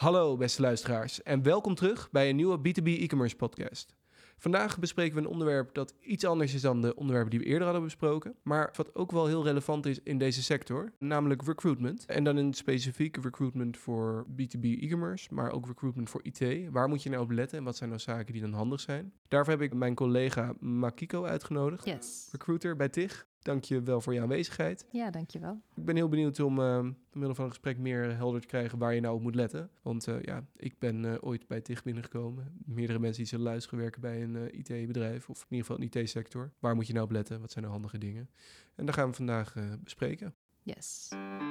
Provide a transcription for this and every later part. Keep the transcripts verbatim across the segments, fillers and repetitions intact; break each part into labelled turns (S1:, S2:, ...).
S1: Hallo beste luisteraars en welkom terug bij een nieuwe B twee B e-commerce podcast. Vandaag bespreken we een onderwerp dat iets anders is dan de onderwerpen die we eerder hadden besproken, maar wat ook wel heel relevant is in deze sector, namelijk recruitment. En dan in specifiek recruitment voor B twee B e-commerce, maar ook recruitment voor I T. Waar moet je nou op letten en wat zijn nou zaken die dan handig zijn? Daarvoor heb ik mijn collega Makiko uitgenodigd,
S2: Yes.
S1: recruiter bij T I G. Dank je wel voor je aanwezigheid.
S2: Ja, dankjewel.
S1: Ik ben heel benieuwd om uh, door middel van een gesprek meer helder te krijgen waar je nou op moet letten. Want uh, ja, ik ben uh, ooit bij T I G binnengekomen. Meerdere mensen die zullen luisteren werken bij een uh, I T-bedrijf of in ieder geval een I T-sector. Waar moet je nou op letten? Wat zijn nou handige dingen? En dat gaan we vandaag uh, bespreken.
S2: Yes.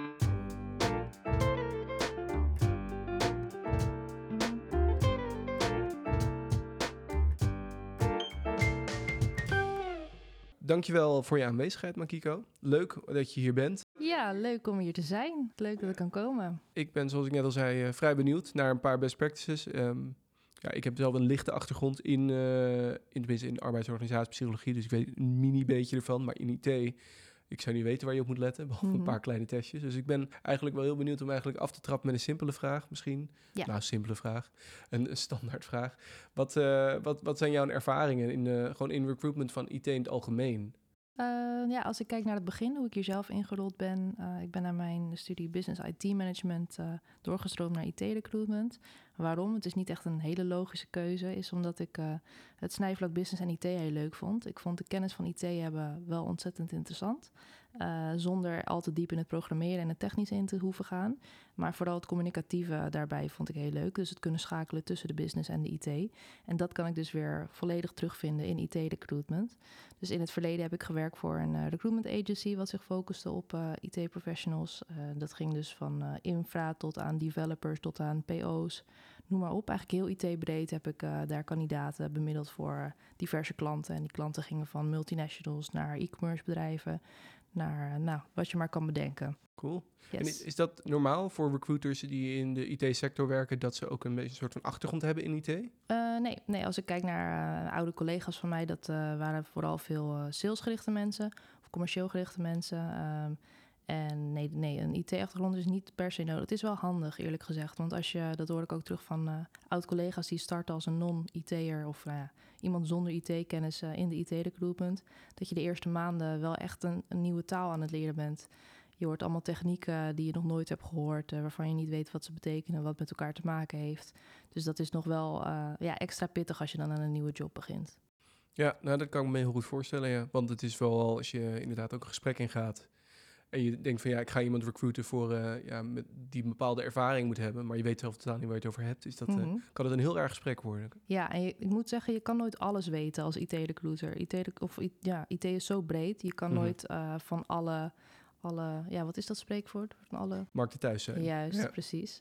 S1: Dankjewel voor je aanwezigheid, Makiko. Leuk dat je hier bent.
S2: Ja, leuk om hier te zijn. Leuk dat ik kan komen.
S1: Ik ben, zoals ik net al zei, uh, vrij benieuwd naar een paar best practices. Um, ja, ik heb zelf een lichte achtergrond in, uh, in, tenminste in arbeidsorganisatiepsychologie, dus ik weet een mini beetje ervan. Maar in I T, ik zou niet weten waar je op moet letten, behalve mm-hmm. een paar kleine testjes. Dus ik ben eigenlijk wel heel benieuwd om eigenlijk af te trappen met een simpele vraag misschien.
S2: Ja.
S1: Nou, simpele vraag. Een, een standaard vraag. Wat, uh, wat, wat zijn jouw ervaringen in, uh, gewoon in recruitment van I T in het algemeen?
S2: Uh, ja, als ik kijk naar het begin, hoe ik hier zelf ingerold ben. Uh, ik ben naar mijn studie Business I T Management uh, doorgestroomd naar I T Recruitment. Waarom? Het is niet echt een hele logische keuze. Is omdat ik uh, het snijvlak business en I T heel leuk vond. Ik vond de kennis van I T hebben wel ontzettend interessant. Uh, zonder al te diep in het programmeren en het technische in te hoeven gaan. Maar vooral het communicatieve daarbij vond ik heel leuk. Dus het kunnen schakelen tussen de business en de I T. En dat kan ik dus weer volledig terugvinden in I T Recruitment. Dus in het verleden heb ik gewerkt voor een uh, recruitment agency wat zich focuste op uh, I T-professionals. Uh, dat ging dus van uh, infra tot aan developers tot aan P O's. Noem maar op. Eigenlijk heel I T-breed heb ik uh, daar kandidaten bemiddeld voor uh, diverse klanten. En die klanten gingen van multinationals naar e-commerce bedrijven, naar uh, nou, wat je maar kan bedenken.
S1: Cool.
S2: Yes.
S1: En is, is dat normaal voor recruiters die in de I T-sector werken, dat ze ook een beetje een soort van achtergrond hebben in I T?
S2: Uh, nee, nee, als ik kijk naar uh, oude collega's van mij, dat uh, waren vooral veel uh, salesgerichte mensen of commercieel gerichte mensen. Um, En nee, nee, een I T-achtergrond is niet per se nodig. Het is wel handig, eerlijk gezegd. Want als je, dat hoor ik ook terug van uh, oud-collega's die starten als een non-I T'er of nou ja, iemand zonder I T-kennis uh, in de I T-recruitment, dat je de eerste maanden wel echt een, een nieuwe taal aan het leren bent. Je hoort allemaal technieken die je nog nooit hebt gehoord, uh, waarvan je niet weet wat ze betekenen, wat met elkaar te maken heeft. Dus dat is nog wel uh, ja, extra pittig als je dan aan een nieuwe job begint.
S1: Ja, nou dat kan ik me heel goed voorstellen, ja. Want het is wel als je inderdaad ook een gesprek ingaat en je denkt van ja, ik ga iemand recruiten voor uh, ja, met, die een bepaalde ervaring moet hebben, maar je weet zelf totaal niet waar je het over hebt, is dat, uh, mm-hmm. kan het een heel erg gesprek worden.
S2: Ja, en je, ik moet zeggen, je kan nooit alles weten als I T-recruiter. I T, of, ja, I T is zo breed, je kan mm-hmm. nooit uh, van alle, alle, ja, wat is dat spreekwoord? Van alle
S1: markten thuis zijn.
S2: Juist,
S1: ja.
S2: precies.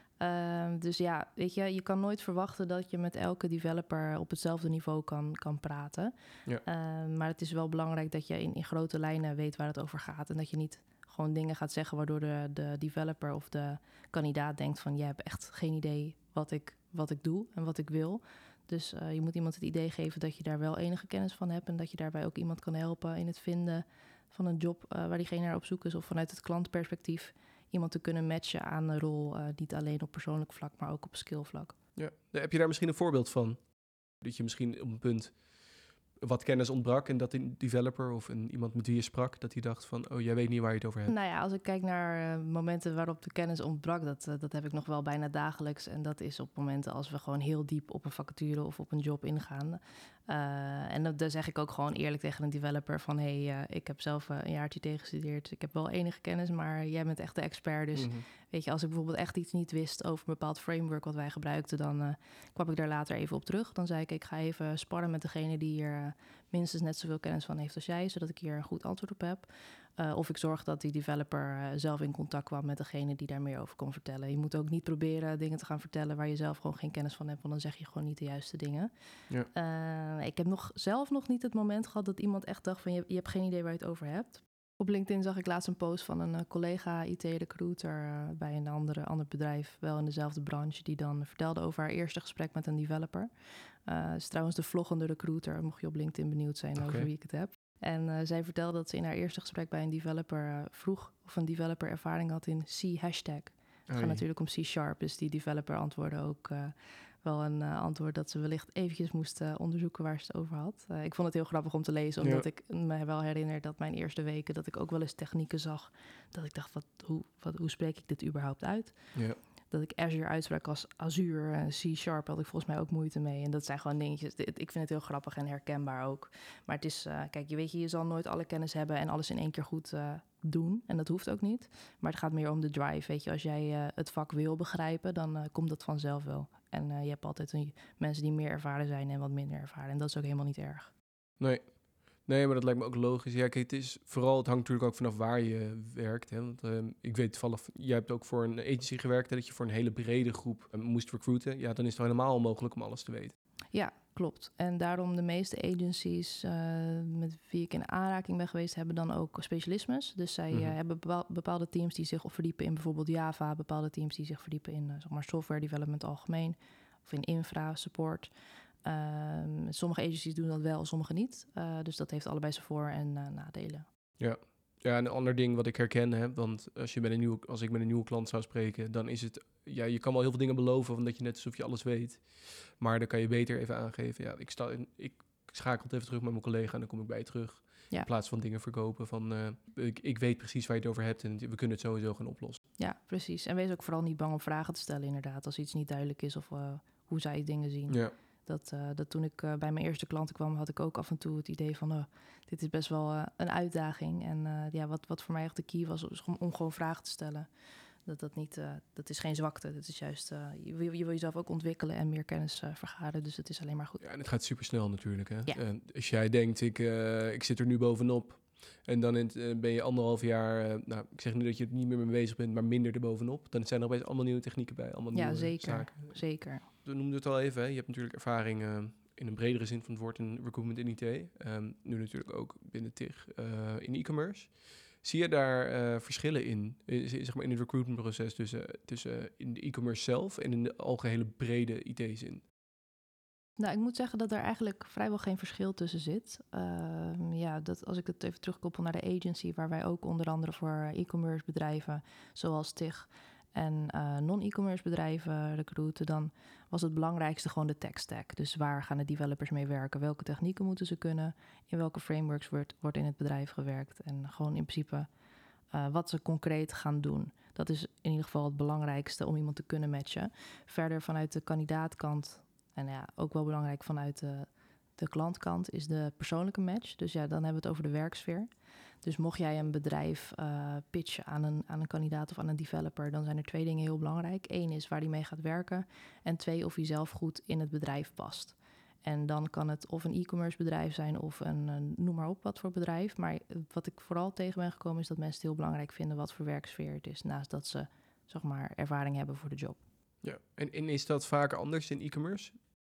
S2: Uh, dus ja, weet je, je kan nooit verwachten dat je met elke developer op hetzelfde niveau kan, kan praten.
S1: Ja.
S2: Uh, maar het is wel belangrijk dat je in, in grote lijnen weet waar het over gaat en dat je niet gewoon dingen gaat zeggen waardoor de, de developer of de kandidaat denkt van, jij hebt echt geen idee wat ik, wat ik doe en wat ik wil. Dus uh, je moet iemand het idee geven dat je daar wel enige kennis van hebt en dat je daarbij ook iemand kan helpen in het vinden van een job uh, waar diegene naar op zoek is, of vanuit het klantperspectief iemand te kunnen matchen aan een rol, uh, niet alleen op persoonlijk vlak, maar ook op skillvlak.
S1: Ja. Heb je daar misschien een voorbeeld van? Dat je misschien op een punt wat kennis ontbrak en dat een developer of een, iemand met wie je sprak, dat hij dacht van, oh, jij weet niet waar je het over hebt.
S2: Nou ja, als ik kijk naar uh, momenten waarop de kennis ontbrak, dat, uh, dat heb ik nog wel bijna dagelijks. En dat is op momenten als we gewoon heel diep op een vacature of op een job ingaan. Uh, en dat, daar zeg ik ook gewoon eerlijk tegen een developer van, hé, hey, uh, ik heb zelf uh, een jaartje tegen gestudeerd. Ik heb wel enige kennis, maar jij bent echt de expert. Dus mm-hmm. weet je, als ik bijvoorbeeld echt iets niet wist over een bepaald framework wat wij gebruikten, dan uh, kwam ik daar later even op terug. Dan zei ik, ik ga even sparren met degene die hier uh, minstens net zoveel kennis van heeft als jij, zodat ik hier een goed antwoord op heb. Uh, of ik zorg dat die developer uh, zelf in contact kwam met degene die daar meer over kon vertellen. Je moet ook niet proberen dingen te gaan vertellen waar je zelf gewoon geen kennis van hebt, want dan zeg je gewoon niet de juiste dingen. Ja. Uh, ik heb nog zelf nog niet het moment gehad dat iemand echt dacht van, je, je hebt geen idee waar je het over hebt. Op LinkedIn zag ik laatst een post van een uh, collega I T-recruiter uh, bij een andere, ander bedrijf, wel in dezelfde branche, die dan vertelde over haar eerste gesprek met een developer. Uh, is trouwens de vloggende recruiter, mocht je op LinkedIn benieuwd zijn okay. over wie ik het heb. En uh, zij vertelde dat ze in haar eerste gesprek bij een developer uh, vroeg of een developer ervaring had in C hashtag. Het gaat
S1: Oei.
S2: natuurlijk om C-sharp, dus die developer antwoordde ook uh, wel een uh, antwoord dat ze wellicht eventjes moesten uh, onderzoeken waar ze het over had. Uh, ik vond het heel grappig om te lezen, omdat ja. ik me wel herinner dat mijn eerste weken, dat ik ook wel eens technieken zag, dat ik dacht, wat, hoe, wat, hoe spreek ik dit überhaupt uit?
S1: Ja.
S2: Dat ik Azure uitsprak als Azure en C-sharp had ik volgens mij ook moeite mee. En dat zijn gewoon dingetjes, ik vind het heel grappig en herkenbaar ook. Maar het is, uh, kijk, je weet je, je zal nooit alle kennis hebben en alles in één keer goed uh, doen. En dat hoeft ook niet. Maar het gaat meer om de drive, weet je. Als jij uh, het vak wil begrijpen, dan uh, komt dat vanzelf wel. En uh, je hebt altijd een, mensen die meer ervaren zijn en wat minder ervaren. En dat is ook helemaal niet erg.
S1: Nee. Nee, maar dat lijkt me ook logisch. Ja, kijk, het is vooral, het hangt natuurlijk ook vanaf waar je werkt. Hè? Want uh, ik weet toevallig, jij hebt ook voor een agency gewerkt, hè, dat je voor een hele brede groep uh, moest recruiten. Ja, dan is het helemaal onmogelijk om alles te weten.
S2: Ja, klopt. En daarom de meeste agencies uh, met wie ik in aanraking ben geweest, hebben dan ook specialismes. Dus zij mm-hmm. uh, hebben bepaalde teams die zich verdiepen in bijvoorbeeld Java, bepaalde teams die zich verdiepen in uh, zeg maar software development algemeen, of in infra, support. Um, sommige agencies doen dat wel, sommige niet. Uh, dus dat heeft allebei zijn voor- en uh, nadelen.
S1: Ja. Ja, een ander ding wat ik herken, hè, want als, je met een nieuwe, als ik met een nieuwe klant zou spreken, dan is het, ja, je kan wel heel veel dingen beloven, omdat je net alsof je alles weet. Maar dan kan je beter even aangeven, ja, ik, sta in, ik schakel het even terug met mijn collega en dan kom ik bij je terug. Ja. In plaats van dingen verkopen van, uh, ik, ik weet precies waar je het over hebt en we kunnen het sowieso gaan oplossen.
S2: Ja, precies. En wees ook vooral niet bang om vragen te stellen, inderdaad, als iets niet duidelijk is of uh, hoe zij dingen zien.
S1: Ja.
S2: Dat, uh, dat toen ik uh, bij mijn eerste klanten kwam, had ik ook af en toe het idee van, uh, dit is best wel uh, een uitdaging. En uh, ja, wat, wat voor mij echt de key was, was om, om gewoon vragen te stellen. Dat, dat, niet, uh, dat is geen zwakte, dat is juist, uh, je, wil, je wil jezelf ook ontwikkelen en meer kennis uh, vergaren. Dus het is alleen maar goed.
S1: Ja, en het gaat supersnel natuurlijk. Hè?
S2: Ja.
S1: Uh, als jij denkt, ik, uh, ik zit er nu bovenop. En dan in, uh, ben je anderhalf jaar, uh, nou, ik zeg niet dat je er niet meer mee bezig bent, maar minder erbovenop. Dan zijn er opeens allemaal nieuwe technieken bij, allemaal
S2: ja,
S1: nieuwe
S2: zeker,
S1: zaken.
S2: zeker.
S1: We noemden het al even, hè? Je hebt natuurlijk ervaring uh, in een bredere zin van het woord in recruitment in I T. Um, nu natuurlijk ook binnen T I G uh, in e-commerce. Zie je daar uh, verschillen in, in, zeg maar in het recruitmentproces tussen, tussen uh, in de e-commerce zelf en in de algehele brede I T-zin?
S2: Nou, ik moet zeggen dat er eigenlijk vrijwel geen verschil tussen zit. Uh, ja, dat als ik het even terugkoppel naar de agency, waar wij ook onder andere voor e-commerce bedrijven, zoals T I G en uh, non-e-commerce bedrijven recruiten, dan was het belangrijkste gewoon de tech stack. Dus waar gaan de developers mee werken? Welke technieken moeten ze kunnen? In welke frameworks wordt, wordt in het bedrijf gewerkt? En gewoon in principe uh, wat ze concreet gaan doen. Dat is in ieder geval het belangrijkste om iemand te kunnen matchen. Verder vanuit de kandidaatkant, en ja, ook wel belangrijk vanuit de, de klantkant, is de persoonlijke match. Dus ja, dan hebben we het over de werksfeer. Dus mocht jij een bedrijf uh, pitchen aan een, aan een kandidaat of aan een developer, dan zijn er twee dingen heel belangrijk. Eén is waar die mee gaat werken. En twee, of hij zelf goed in het bedrijf past. En dan kan het of een e-commerce bedrijf zijn of een, een noem maar op wat voor bedrijf. Maar wat ik vooral tegen ben gekomen is dat mensen het heel belangrijk vinden wat voor werksfeer het is, naast dat ze, zeg maar, ervaring hebben voor de job.
S1: Ja, en, en is dat vaak anders in e-commerce?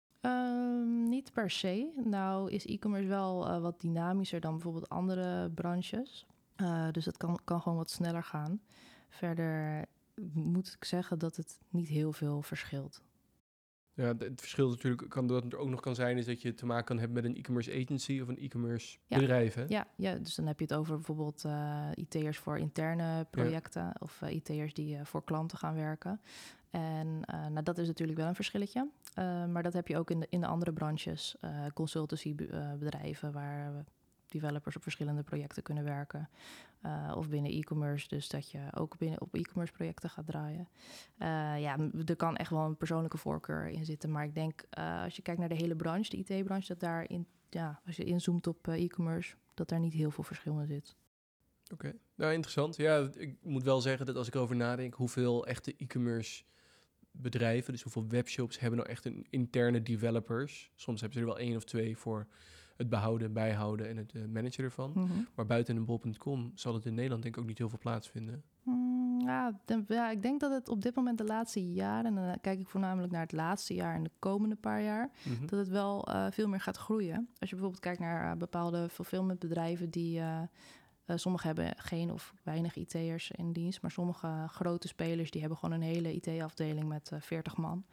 S2: Um, niet per se. Nou is e-commerce wel uh, wat dynamischer dan bijvoorbeeld andere branches. Uh, dus het kan, kan gewoon wat sneller gaan. Verder moet ik zeggen dat het niet heel veel verschilt.
S1: Ja, het verschil natuurlijk kan dat er ook nog kan zijn is dat je te maken kan hebben met een e-commerce agency of een e-commerce ja. bedrijf. Hè?
S2: Ja, ja, dus dan heb je het over bijvoorbeeld uh, I T'ers voor interne projecten ja. of uh, I T'ers die uh, voor klanten gaan werken. En uh, nou, dat is natuurlijk wel een verschilletje. Uh, maar dat heb je ook in de, in de andere branches. Uh, consultancybedrijven uh, waar developers op verschillende projecten kunnen werken. Uh, of binnen e-commerce, dus dat je ook binnen op e-commerce projecten gaat draaien. Uh, ja, er kan echt wel een persoonlijke voorkeur in zitten. Maar ik denk, uh, als je kijkt naar de hele branche, de I T-branche, dat daarin, ja, als je inzoomt op uh, e-commerce, dat daar niet heel veel verschil in zit.
S1: Oké, okay. Nou interessant. Ja, ik moet wel zeggen dat als ik erover nadenk, hoeveel echte e-commerce bedrijven, dus hoeveel webshops hebben nou echt een interne developers. Soms hebben ze er wel één of twee voor het behouden, bijhouden en het uh, managen ervan. Mm-hmm. Maar buiten een bol punt com zal het in Nederland denk ik ook niet heel veel plaatsvinden.
S2: Mm, ja, de, ja, ik denk dat het op dit moment de laatste jaren, en dan kijk ik voornamelijk naar het laatste jaar en de komende paar jaar, mm-hmm. dat het wel uh, veel meer gaat groeien. Als je bijvoorbeeld kijkt naar uh, bepaalde fulfillmentbedrijven die Uh, Uh, sommige hebben geen of weinig I T'ers in dienst, maar sommige uh, grote spelers die hebben gewoon een hele I T-afdeling met uh, veertig man.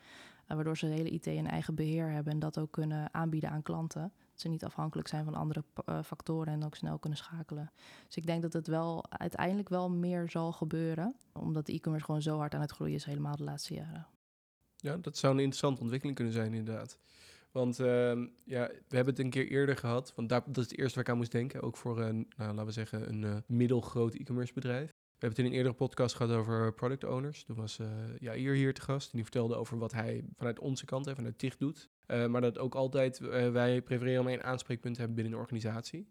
S2: waardoor ze de hele I T in eigen beheer hebben en dat ook kunnen aanbieden aan klanten. Dat ze niet afhankelijk zijn van andere uh, factoren en ook snel kunnen schakelen. Dus ik denk dat het wel uiteindelijk wel meer zal gebeuren, omdat de e-commerce gewoon zo hard aan het groeien is, helemaal de laatste jaren.
S1: Ja, dat zou een interessante ontwikkeling kunnen zijn, inderdaad. Want uh, ja, we hebben het een keer eerder gehad, want daar, dat is het eerste waar ik aan moest denken, ook voor een, nou, laten we zeggen, een uh, middelgroot e-commerce bedrijf. We hebben het in een eerdere podcast gehad over product owners. Toen was uh, Jair hier te gast en die vertelde over wat hij vanuit onze kant, hè, vanuit T I G doet. Uh, maar dat ook altijd, uh, wij prefereren om één aanspreekpunt te hebben binnen een organisatie.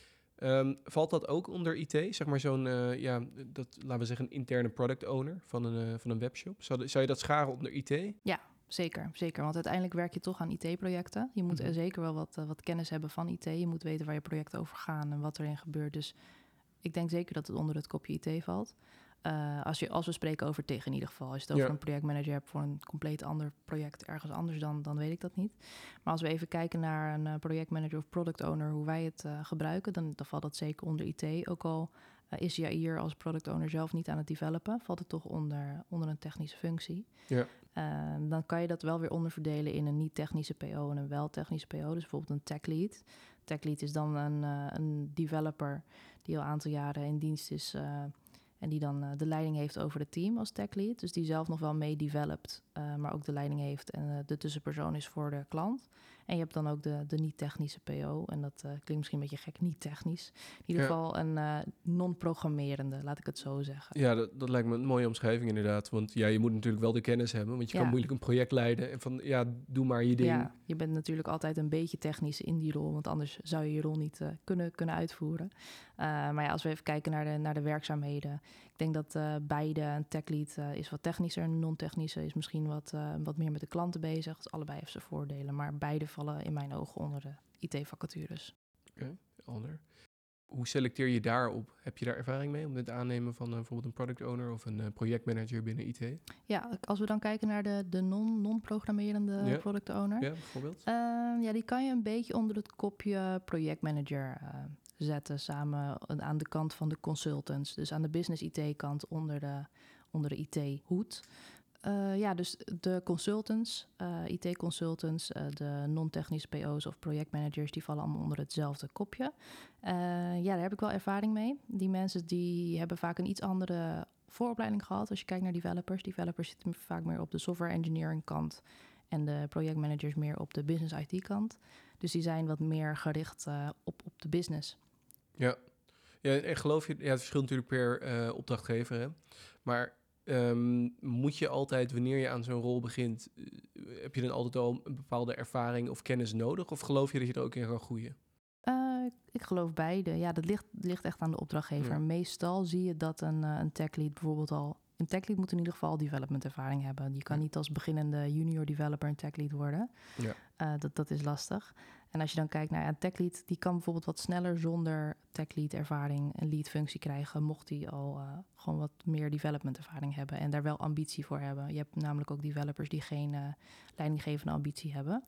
S1: Um, valt dat ook onder I T? Zeg maar zo'n, uh, ja, dat, laten we zeggen, een interne product owner van een, uh, van een webshop. Zou, zou je dat scharen onder I T?
S2: Ja, zeker, zeker. Want uiteindelijk werk je toch aan I T-projecten. Je moet mm-hmm. zeker wel wat, uh, wat kennis hebben van I T. Je moet weten waar je projecten over gaan en wat erin gebeurt. Dus ik denk zeker dat het onder het kopje I T valt. Uh, als, je, als we spreken over T I G in ieder geval. Als je het over ja. een projectmanager hebt voor een compleet ander project ergens anders, dan, dan weet ik dat niet. Maar als we even kijken naar een uh, projectmanager of product owner, hoe wij het uh, gebruiken, dan, dan valt dat zeker onder I T. Ook al uh, is Jair als product owner zelf niet aan het developen, valt het toch onder, onder een technische functie.
S1: Ja.
S2: Uh, dan kan je dat wel weer onderverdelen in een niet-technische P O en een wel-technische P O. Dus bijvoorbeeld een tech lead. Tech lead is dan een, uh, een developer die al een aantal jaren in dienst is uh, en die dan uh, de leiding heeft over het team als tech lead. Dus die zelf nog wel mee developt, uh, maar ook de leiding heeft en uh, de tussenpersoon is voor de klant. En je hebt dan ook de, de niet-technische P O. En dat uh, klinkt misschien een beetje gek, niet-technisch. In ieder ja. geval een uh, non-programmerende, laat ik het zo zeggen.
S1: Ja, dat, dat lijkt me een mooie omschrijving inderdaad. Want ja, je moet natuurlijk wel de kennis hebben. Want je ja. kan moeilijk een project leiden. En van, ja, doe maar je ding.
S2: Ja, je bent natuurlijk altijd een beetje technisch in die rol. Want anders zou je je rol niet uh, kunnen, kunnen uitvoeren. Uh, maar ja, als we even kijken naar de, naar de werkzaamheden. Ik denk dat uh, beide, een tech lead uh, is wat technischer. Een non-technische is misschien wat, uh, wat meer met de klanten bezig. Dus allebei heeft zijn voordelen. Maar beide vallen in mijn ogen onder de I T-vacatures.
S1: Oké, okay, ander. Hoe selecteer je daarop? Heb je daar ervaring mee om het aannemen van uh, bijvoorbeeld een product owner of een uh, projectmanager binnen I T?
S2: Ja, als we dan kijken naar de, de non, non-programmerende ja. product owner.
S1: Ja, bijvoorbeeld.
S2: Uh, ja, die kan je een beetje onder het kopje projectmanager uh, zetten. Samen aan de kant van de consultants. Dus aan de business I T-kant onder de, onder de I T-hoed. Uh, ja, dus de consultants, uh, I T-consultants, uh, de non-technische P O's of projectmanagers, die vallen allemaal onder hetzelfde kopje. Uh, ja, daar heb ik wel ervaring mee. Die mensen die hebben vaak een iets andere vooropleiding gehad. Als je kijkt naar developers. Developers zitten vaak meer op de software engineering kant en de projectmanagers meer op de business I T kant. Dus die zijn wat meer gericht uh, op, op de business.
S1: Ja. Ja, en geloof je, ja, het verschilt natuurlijk per uh, opdrachtgever, hè? Maar Um, moet je altijd, wanneer je aan zo'n rol begint, uh, heb je dan altijd al een bepaalde ervaring of kennis nodig? Of geloof je dat je er ook in kan groeien?
S2: Uh, ik geloof beide. Ja, dat ligt, ligt echt aan de opdrachtgever. Ja. Meestal zie je dat een, uh, een tech lead bijvoorbeeld al... Een tech lead moet in ieder geval development ervaring hebben. Je kan ja. niet als beginnende junior developer een tech lead worden.
S1: Ja.
S2: Uh, dat, dat is lastig. En als je dan kijkt naar een tech lead, die kan bijvoorbeeld wat sneller zonder tech lead ervaring een lead functie krijgen, mocht die al uh, gewoon wat meer development ervaring hebben en daar wel ambitie voor hebben. Je hebt namelijk ook developers die geen uh, leidinggevende ambitie hebben.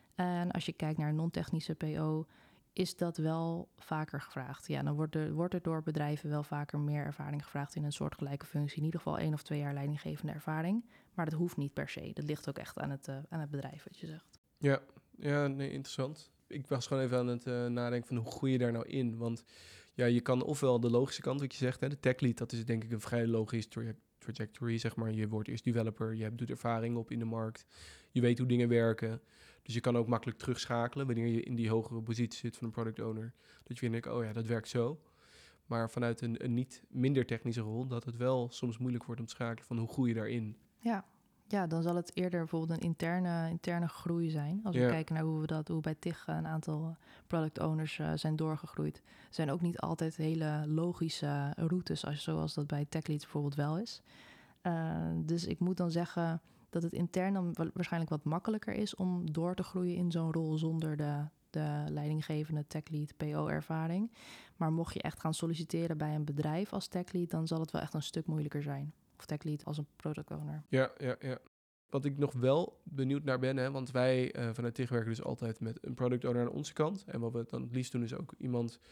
S2: En als je kijkt naar een non-technische P O, is dat wel vaker gevraagd. Ja, dan wordt er, wordt er door bedrijven wel vaker meer ervaring gevraagd in een soortgelijke functie. In ieder geval één of twee jaar leidinggevende ervaring. Maar dat hoeft niet per se. Dat ligt ook echt aan het, uh, aan het bedrijf, wat je zegt.
S1: Ja, ja, nee, interessant. Ik was gewoon even aan het uh, nadenken van hoe groei je daar nou in? Want ja, je kan ofwel de logische kant, wat je zegt, hè, de tech lead, dat is denk ik een vrij logisch traje- trajectory, zeg maar. Je wordt eerst developer, je hebt, doet ervaring op in de markt, je weet hoe dingen werken. Dus je kan ook makkelijk terugschakelen wanneer je in die hogere positie zit van een product owner. Dat je denkt, oh ja, dat werkt zo. Maar vanuit een, een niet minder technische rol, dat het wel soms moeilijk wordt om te schakelen van hoe groei je daarin.
S2: Ja. Ja, dan zal het eerder bijvoorbeeld een interne, interne groei zijn. Als we ja. kijken naar hoe we dat, hoe bij T I G een aantal product owners uh, zijn doorgegroeid, zijn ook niet altijd hele logische routes, als, zoals dat bij tech leads bijvoorbeeld wel is. Uh, dus ik moet dan zeggen dat het intern dan waarschijnlijk wat makkelijker is om door te groeien in zo'n rol zonder de, de leidinggevende tech lead P O-ervaring. Maar mocht je echt gaan solliciteren bij een bedrijf als tech lead, dan zal het wel echt een stuk moeilijker zijn. Of tech lead als een product owner.
S1: Ja, ja, ja. Wat ik nog wel benieuwd naar ben, hè, want wij uh, vanuit T I G werken dus altijd met een product owner aan onze kant. En wat we dan het liefst doen is ook iemand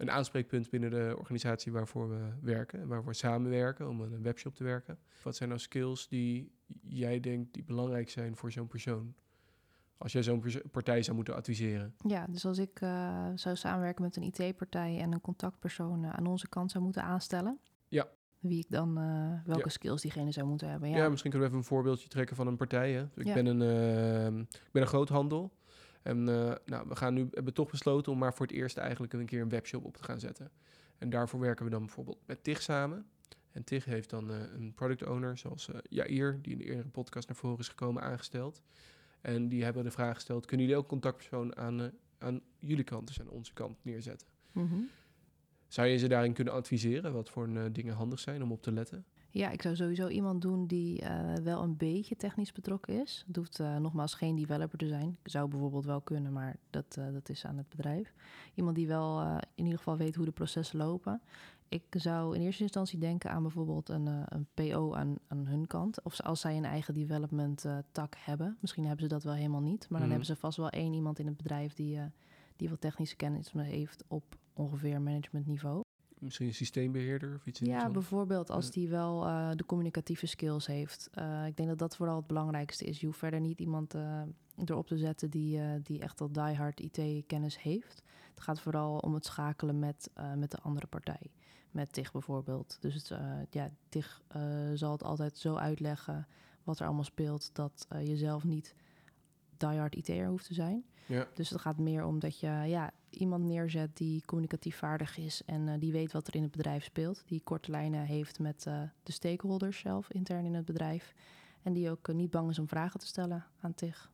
S1: een aanspreekpunt binnen de organisatie waarvoor we werken en waarvoor we samenwerken om aan een webshop te werken. Wat zijn nou skills die jij denkt die belangrijk zijn voor zo'n persoon? Als jij zo'n perso- partij zou moeten adviseren.
S2: Ja, dus als ik uh, zou samenwerken met een I T-partij en een contactpersoon uh, aan onze kant zou moeten aanstellen.
S1: Ja.
S2: Wie ik dan, uh, welke
S1: ja.
S2: skills diegene zou moeten hebben. Ja.
S1: ja, misschien kunnen we even een voorbeeldje trekken van een partij. Hè? Ik,
S2: ja.
S1: ben een, uh, ik ben een groothandel. En uh, nou, we gaan nu, hebben toch besloten om maar voor het eerst eigenlijk een keer een webshop op te gaan zetten. En daarvoor werken we dan bijvoorbeeld met TIG samen. En TIG heeft dan uh, een product owner, zoals uh, Jair, die in de eerdere podcast naar voren is gekomen, aangesteld. En die hebben de vraag gesteld, kunnen jullie ook contactpersoon aan, uh, aan jullie kant, dus aan onze kant, neerzetten?
S2: Mm-hmm.
S1: Zou je ze daarin kunnen adviseren? Wat voor uh, dingen handig zijn om op te letten?
S2: Ja, ik zou sowieso iemand doen die uh, wel een beetje technisch betrokken is. Het hoeft uh, nogmaals geen developer te zijn. Ik zou bijvoorbeeld wel kunnen, maar dat, uh, dat is aan het bedrijf. Iemand die wel uh, in ieder geval weet hoe de processen lopen. Ik zou in eerste instantie denken aan bijvoorbeeld een, uh, een P O aan, aan hun kant. Of als zij een eigen development uh, tak hebben. Misschien hebben ze dat wel helemaal niet. Maar dan mm. hebben ze vast wel één iemand in het bedrijf die, uh, die wat technische kennis heeft op ongeveer managementniveau.
S1: Misschien een systeembeheerder of iets in
S2: Ja, bijvoorbeeld als die wel uh, de communicatieve skills heeft. Uh, ik denk dat dat vooral het belangrijkste is. Je hoeft verder niet iemand uh, erop te zetten die, uh, die echt al diehard I T-kennis heeft. Het gaat vooral om het schakelen met, uh, met de andere partij. Met TIG bijvoorbeeld. Dus het, uh, ja, TIG uh, zal het altijd zo uitleggen wat er allemaal speelt, dat uh, je zelf niet diehard I T'er hoeft te zijn.
S1: Ja.
S2: Dus het gaat meer om dat je ja, iemand neerzet die communicatief vaardig is en uh, die weet wat er in het bedrijf speelt. Die korte lijnen heeft met uh, de stakeholders zelf intern in het bedrijf. En die ook uh, niet bang is om vragen te stellen aan TIG.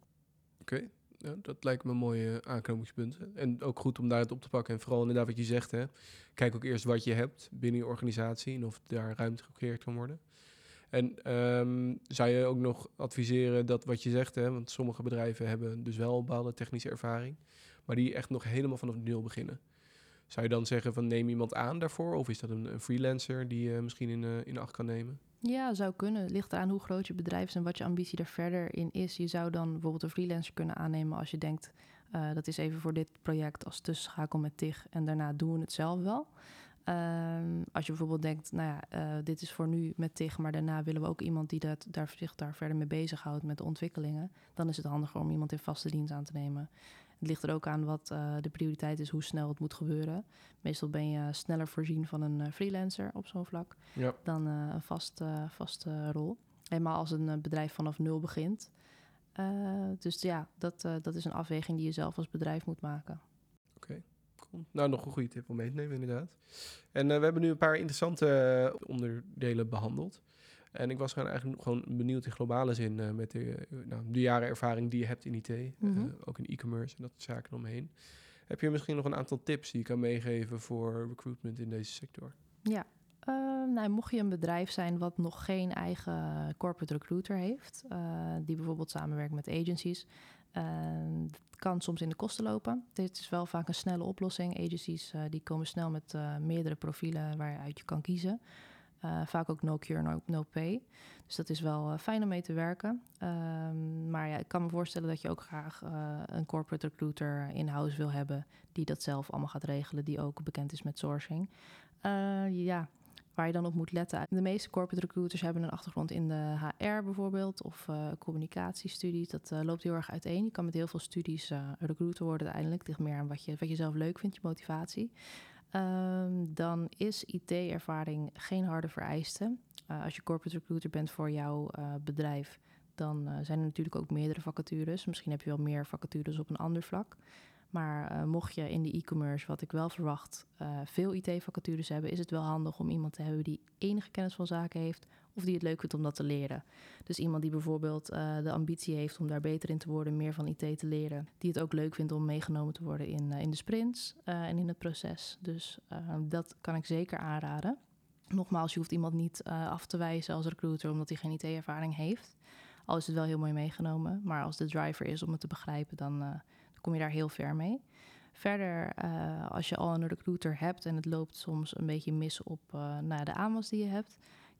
S1: Oké, okay. ja, dat lijkt me een mooie aanknopingspunt. En ook goed om daar het op te pakken. En vooral inderdaad wat je zegt, hè. Kijk ook eerst wat je hebt binnen je organisatie en of daar ruimte gecreëerd kan worden. En um, zou je ook nog adviseren dat wat je zegt, hè, want sommige bedrijven hebben dus wel een bepaalde technische ervaring, maar die echt nog helemaal vanaf nul beginnen. Zou je dan zeggen van neem iemand aan daarvoor? Of is dat een, een freelancer die je uh, misschien in, uh, in acht kan nemen?
S2: Ja, zou kunnen. Het ligt eraan hoe groot je bedrijf is en wat je ambitie er verder in is. Je zou dan bijvoorbeeld een freelancer kunnen aannemen als je denkt, uh, dat is even voor dit project als tussenschakel met TIG en daarna doen we het zelf wel. Um, als je bijvoorbeeld denkt, nou ja, uh, dit is voor nu met TIG, maar daarna willen we ook iemand die dat, daar, zich daar verder mee bezighoudt met de ontwikkelingen, dan is het handiger om iemand in vaste dienst aan te nemen. Het ligt er ook aan wat uh, de prioriteit is, hoe snel het moet gebeuren. Meestal ben je sneller voorzien van een uh, freelancer op zo'n vlak
S1: ja.
S2: dan uh, een vaste uh, vast, uh, rol. Helemaal als een uh, bedrijf vanaf nul begint. Uh, dus ja, dat, uh, dat is een afweging die je zelf als bedrijf moet maken.
S1: Oké. Okay. Nou, nog een goede tip om mee te nemen, inderdaad. En uh, we hebben nu een paar interessante uh, onderdelen behandeld. En ik was gewoon eigenlijk gewoon benieuwd in globale zin uh, met de, uh, nou, de jaren ervaring die je hebt in I T. Mm-hmm. Uh, ook in e-commerce en dat soort zaken omheen. Heb je misschien nog een aantal tips die je kan meegeven voor recruitment in deze sector?
S2: Ja, uh, nou, mocht je een bedrijf zijn wat nog geen eigen corporate recruiter heeft, uh, die bijvoorbeeld samenwerkt met agencies, uh, kan soms in de kosten lopen. Dit is wel vaak een snelle oplossing. Agencies uh, die komen snel met uh, meerdere profielen waaruit je kan kiezen. Uh, vaak ook no cure, no, no pay. Dus dat is wel uh, fijn om mee te werken. Um, maar ja, ik kan me voorstellen dat je ook graag uh, een corporate recruiter in-house wil hebben die dat zelf allemaal gaat regelen, die ook bekend is met sourcing. Uh, ja, waar je dan op moet letten. De meeste corporate recruiters hebben een achtergrond in de H R bijvoorbeeld of uh, communicatiestudies. Dat uh, loopt heel erg uiteen. Je kan met heel veel studies uh, recruiter worden uiteindelijk. Het ligt meer aan wat je, wat je zelf leuk vindt, je motivatie. Um, dan is I T-ervaring geen harde vereiste. Uh, als je corporate recruiter bent voor jouw uh, bedrijf, dan uh, zijn er natuurlijk ook meerdere vacatures. Misschien heb je wel meer vacatures op een ander vlak. Maar uh, mocht je in de e-commerce, wat ik wel verwacht, uh, veel I T-vacatures hebben, is het wel handig om iemand te hebben die enige kennis van zaken heeft of die het leuk vindt om dat te leren. Dus iemand die bijvoorbeeld uh, de ambitie heeft om daar beter in te worden, meer van I T te leren. Die het ook leuk vindt om meegenomen te worden in, uh, in de sprints uh, en in het proces. Dus uh, dat kan ik zeker aanraden. Nogmaals, je hoeft iemand niet uh, af te wijzen als recruiter omdat hij geen I T-ervaring heeft. Al is het wel heel mooi meegenomen. Maar als de driver is om het te begrijpen, dan uh, kom je daar heel ver mee. Verder, uh, als je al een recruiter hebt en het loopt soms een beetje mis op uh, nou, de aanwas die je hebt,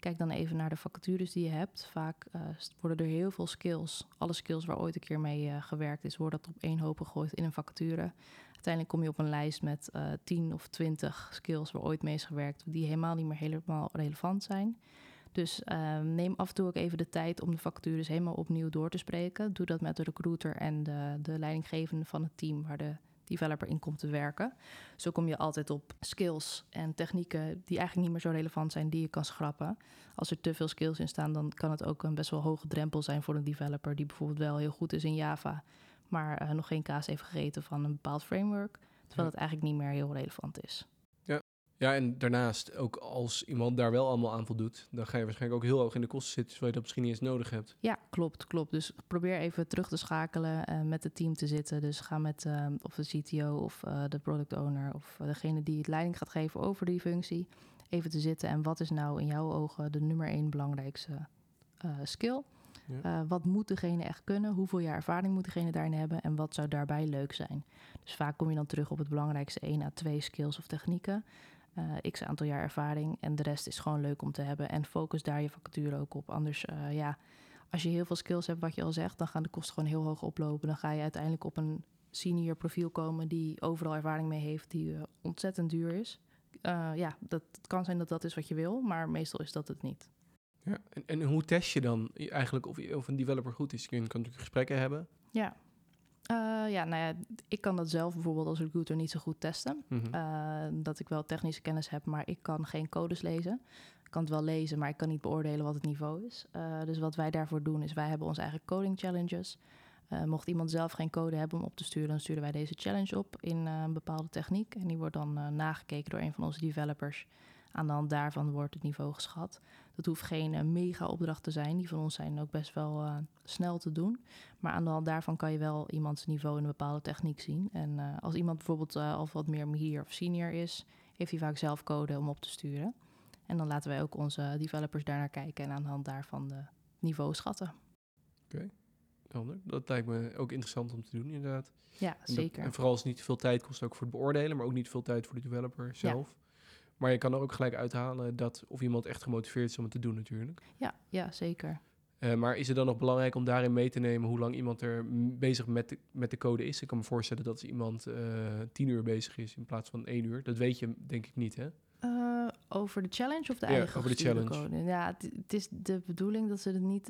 S2: Kijk dan even naar de vacatures die je hebt. Vaak uh, worden er heel veel skills, alle skills waar ooit een keer mee uh, gewerkt is, worden dat op één hoop gegooid in een vacature. Uiteindelijk kom je op een lijst met uh, tien of twintig skills waar ooit mee is gewerkt, die helemaal niet meer helemaal relevant zijn. Dus uh, neem af en toe ook even de tijd om de vacatures helemaal opnieuw door te spreken. Doe dat met de recruiter en de, de leidinggevende van het team waar de developer in komt te werken. Zo kom je altijd op skills en technieken die eigenlijk niet meer zo relevant zijn, die je kan schrappen. Als er te veel skills in staan, dan kan het ook een best wel hoge drempel zijn voor een developer die bijvoorbeeld wel heel goed is in Java, maar uh, nog geen kaas heeft gegeten van een bepaald framework, terwijl het eigenlijk niet meer heel relevant is.
S1: Ja. Ja, en daarnaast, ook als iemand daar wel allemaal aan voldoet, dan ga je waarschijnlijk ook heel hoog in de kosten zitten, terwijl je dat misschien niet eens nodig hebt.
S2: Ja, klopt, klopt. Dus probeer even terug te schakelen, uh, met het team te zitten. Dus ga met uh, of de C T O of uh, de product owner of uh, degene die het leiding gaat geven over die functie, even te zitten. En wat is nou in jouw ogen de nummer één belangrijkste uh, skill? Ja. Uh, wat moet degene echt kunnen? Hoeveel jaar ervaring moet degene daarin hebben? En wat zou daarbij leuk zijn? Dus vaak kom je dan terug op het belangrijkste één à twee skills of technieken. Uh, x aantal jaar ervaring en de rest is gewoon leuk om te hebben. En focus daar je vacature ook op. Anders, uh, ja, als je heel veel skills hebt, wat je al zegt, dan gaan de kosten gewoon heel hoog oplopen. Dan ga je uiteindelijk op een senior profiel komen die overal ervaring mee heeft, die uh, ontzettend duur is. Uh, ja, dat, het kan zijn dat dat is wat je wil, maar meestal is dat het niet.
S1: Ja, en, en hoe test je dan eigenlijk of, of een developer goed is? Je kan natuurlijk gesprekken hebben.
S2: Ja. Uh, ja, nou ja, ik kan dat zelf bijvoorbeeld als recruiter niet zo goed testen.
S1: Mm-hmm.
S2: Uh, dat ik wel technische kennis heb, maar ik kan geen codes lezen. Ik kan het wel lezen, maar ik kan niet beoordelen wat het niveau is. Uh, dus wat wij daarvoor doen is, wij hebben onze eigen coding challenges. Uh, mocht iemand zelf geen code hebben om op te sturen, dan sturen wij deze challenge op in uh, een bepaalde techniek. En die wordt dan uh, nagekeken door een van onze developers. Aan de hand daarvan wordt het niveau geschat. Dat hoeft geen uh, mega-opdracht te zijn. Die van ons zijn ook best wel uh, snel te doen. Maar aan de hand daarvan kan je wel iemands niveau in een bepaalde techniek zien. En uh, als iemand bijvoorbeeld uh, al wat meer medior of senior is, heeft hij vaak zelf code om op te sturen. En dan laten wij ook onze developers daarnaar kijken en aan de hand daarvan de niveau schatten.
S1: Oké, okay. Dat lijkt me ook interessant om te doen, inderdaad.
S2: Ja,
S1: en
S2: zeker.
S1: Dat, en vooral als het niet veel tijd kost ook voor het beoordelen, maar ook niet veel tijd voor de developer zelf. Ja. Maar je kan er ook gelijk uithalen dat of iemand echt gemotiveerd is om het te doen natuurlijk.
S2: Ja, ja zeker.
S1: Uh, maar is het dan nog belangrijk om daarin mee te nemen hoe lang iemand er m- bezig met de, met de code is? Ik kan me voorstellen dat als iemand uh, tien uur bezig is in plaats van één uur. Dat weet je denk ik niet, hè?
S2: Uh, over de challenge of de
S1: ja,
S2: eigen
S1: over de challenge.
S2: Code? Ja, het, het is de bedoeling dat ze er niet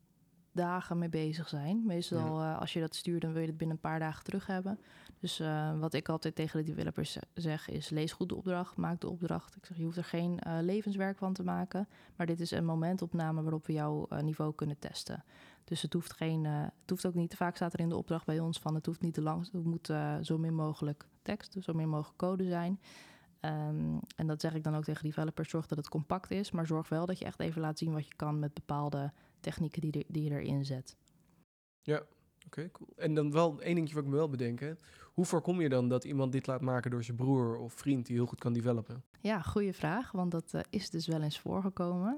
S2: dagen mee bezig zijn. Meestal ja. uh, als je dat stuurt, dan wil je het binnen een paar dagen terug hebben. Dus uh, wat ik altijd tegen de developers zeg is, lees goed de opdracht, maak de opdracht. Ik zeg, je hoeft er geen uh, levenswerk van te maken, maar dit is een momentopname waarop we jouw uh, niveau kunnen testen. Dus het hoeft, geen, uh, het hoeft ook niet, te vaak staat er in de opdracht bij ons van, het hoeft niet te lang, het moet uh, zo min mogelijk tekst, zo min mogelijk code zijn. Um, en dat zeg ik dan ook tegen developers, zorg dat het compact is, maar zorg wel dat je echt even laat zien wat je kan met bepaalde technieken die, de, die je erin zet.
S1: Ja, oké, okay, cool. En dan wel één dingetje wat ik me wel bedenken. Hoe voorkom je dan dat iemand dit laat maken door zijn broer of vriend die heel goed kan developen?
S2: Ja, goede vraag, want dat uh, is dus wel eens voorgekomen.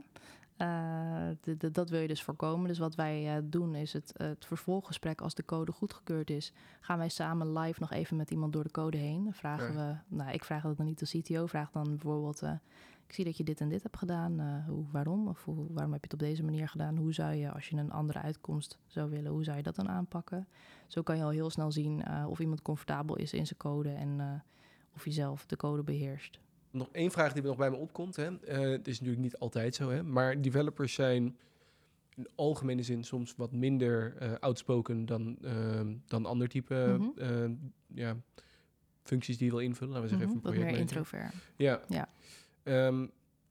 S2: Uh, de, de, dat wil je dus voorkomen. Dus wat wij uh, doen is het, uh, het vervolggesprek als de code goedgekeurd is, gaan wij samen live nog even met iemand door de code heen. Dan vragen ja. we, nou ik vraag dat dan niet, de C T O vraagt dan bijvoorbeeld, uh, ik zie dat je dit en dit hebt gedaan, uh, hoe, waarom? Of hoe, waarom heb je het op deze manier gedaan? Hoe zou je, als je een andere uitkomst zou willen, hoe zou je dat dan aanpakken? Zo kan je al heel snel zien uh, of iemand comfortabel is in zijn code en uh, of hij zelf de code beheerst.
S1: Nog één vraag die nog bij me opkomt. Hè. Uh, het is natuurlijk niet altijd zo, hè, maar developers zijn in algemene zin soms wat minder uh, outspoken dan, uh, dan ander type mm-hmm. uh, ja, functies die je wil invullen. Laten we zeggen,
S2: mm-hmm.
S1: even een
S2: wat meer introvert.
S1: Ja.
S2: ja.
S1: Um,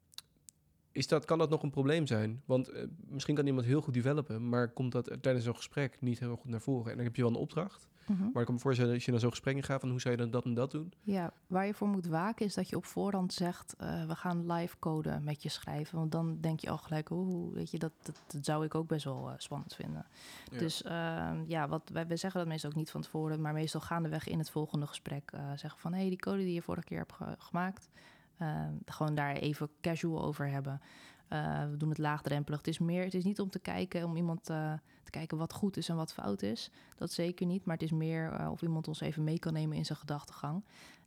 S1: is dat, kan dat nog een probleem zijn? Want uh, misschien kan iemand heel goed developen, maar komt dat tijdens zo'n gesprek niet heel goed naar voren. En dan heb je wel een opdracht. Mm-hmm. Maar ik kan me voorstellen dat als je naar zo'n gesprek gaat van hoe zou je dan dat en dat doen?
S2: Ja, waar je voor moet waken is dat je op voorhand zegt, uh, we gaan live code met je schrijven. Want dan denk je al gelijk, oh, weet je, dat, dat, dat zou ik ook best wel uh, spannend vinden. Ja. Dus uh, ja, wat, wij, wij zeggen dat meestal ook niet van tevoren, maar meestal gaandeweg in het volgende gesprek uh, zeggen van, hé, hey, die code die je vorige keer hebt ge- gemaakt, uh, gewoon daar even casual over hebben. Uh, we doen het laagdrempelig. Het is meer, het is niet om te kijken, om iemand uh, te kijken wat goed is en wat fout is. Dat zeker niet, maar het is meer uh, of iemand ons even mee kan nemen in zijn gedachtegang.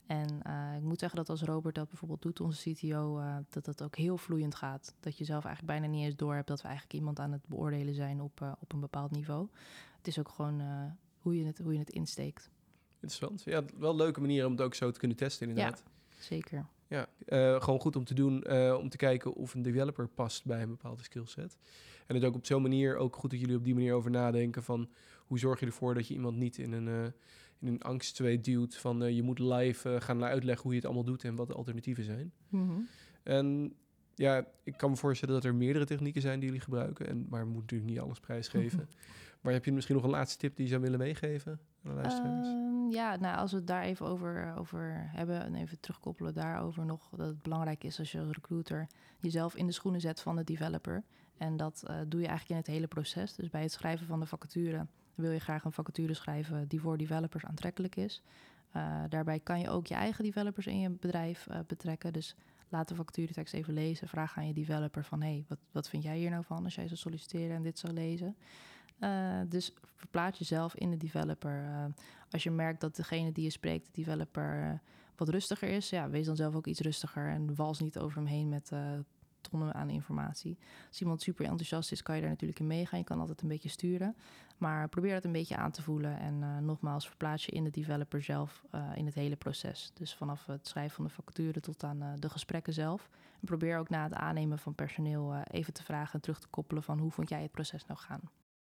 S2: En uh, ik moet zeggen dat als Robert dat bijvoorbeeld doet, onze C T O, uh, dat dat ook heel vloeiend gaat. Dat je zelf eigenlijk bijna niet eens door hebt dat we eigenlijk iemand aan het beoordelen zijn op, uh, op een bepaald niveau. Het is ook gewoon uh, hoe, je het, hoe je het insteekt.
S1: Interessant. Ja, wel een leuke manier om het ook zo te kunnen testen inderdaad.
S2: Ja, zeker.
S1: Ja, uh, gewoon goed om te doen, uh, om te kijken of een developer past bij een bepaalde skillset. En het ook op zo'n manier, ook goed dat jullie op die manier over nadenken van hoe zorg je ervoor dat je iemand niet in een, uh, in een angstzweet duwt van uh, je moet live uh, gaan uitleggen hoe je het allemaal doet en wat de alternatieven zijn.
S2: Mm-hmm.
S1: En ja, ik kan me voorstellen dat er meerdere technieken zijn die jullie gebruiken, en, maar we moeten natuurlijk niet alles prijsgeven. Mm-hmm. Maar heb je misschien nog een laatste tip die je zou willen meegeven aan de luisteraars?
S2: Uh, ja, nou, als we het daar even over, over hebben en even terugkoppelen daarover nog, dat het belangrijk is als je als recruiter jezelf in de schoenen zet van de developer. En dat uh, doe je eigenlijk in het hele proces. Dus bij het schrijven van de vacature wil je graag een vacature schrijven die voor developers aantrekkelijk is. Uh, daarbij kan je ook je eigen developers in je bedrijf uh, betrekken. Dus laat de vacaturetekst even lezen. Vraag aan je developer van, hey, wat, wat vind jij hier nou van als jij zou solliciteren en dit zou lezen? Uh, dus verplaats jezelf in de developer. Uh, als je merkt dat degene die je spreekt, de developer, uh, wat rustiger is, ja, wees dan zelf ook iets rustiger en wals niet over hem heen met uh, tonnen aan informatie. Als iemand super enthousiast is, kan je daar natuurlijk in meegaan. Je kan altijd een beetje sturen. Maar probeer dat een beetje aan te voelen. En uh, nogmaals, verplaats je in de developer zelf uh, in het hele proces. Dus vanaf het schrijven van de vacature tot aan uh, de gesprekken zelf. En probeer ook na het aannemen van personeel uh, even te vragen en terug te koppelen van hoe vond jij het proces nou gaan.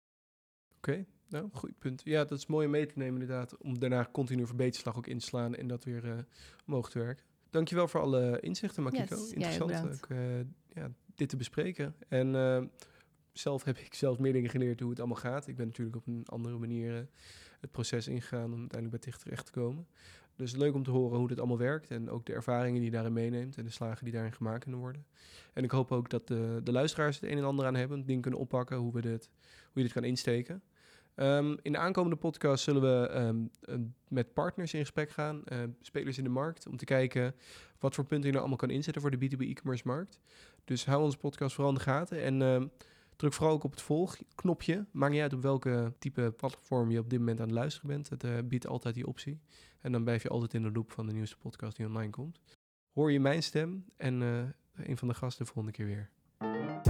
S1: Oké, okay, nou, goed punt. Ja, dat is mooi om mee te nemen inderdaad. Om daarna continu verbeterslag ook in te slaan en dat weer uh, omhoog te werken. Dankjewel voor alle inzichten, Makiko.
S2: Yes,
S1: interessant ook, ook uh, ja, dit te bespreken. En uh, zelf heb ik zelf meer dingen geleerd hoe het allemaal gaat. Ik ben natuurlijk op een andere manier uh, het proces ingegaan om uiteindelijk bij T I G terecht te komen. Dus leuk om te horen hoe dit allemaal werkt en ook de ervaringen die je daarin meeneemt en de slagen die daarin gemaakt kunnen worden. En ik hoop ook dat de, de luisteraars het een en ander aan hebben, dingen kunnen oppakken, hoe, we dit, hoe je dit kan insteken. Um, in de aankomende podcast zullen we um, um, met partners in gesprek gaan, uh, spelers in de markt, om te kijken wat voor punten je nou allemaal kan inzetten voor de B twee B e-commerce markt. Dus hou onze podcast vooral in de gaten en uh, druk vooral ook op het volgknopje. Maakt niet uit op welke type platform je op dit moment aan het luisteren bent. Het uh, biedt altijd die optie. En dan blijf je altijd in de loop van de nieuwste podcast die online komt. Hoor je mijn stem en uh, een van de gasten de volgende keer weer.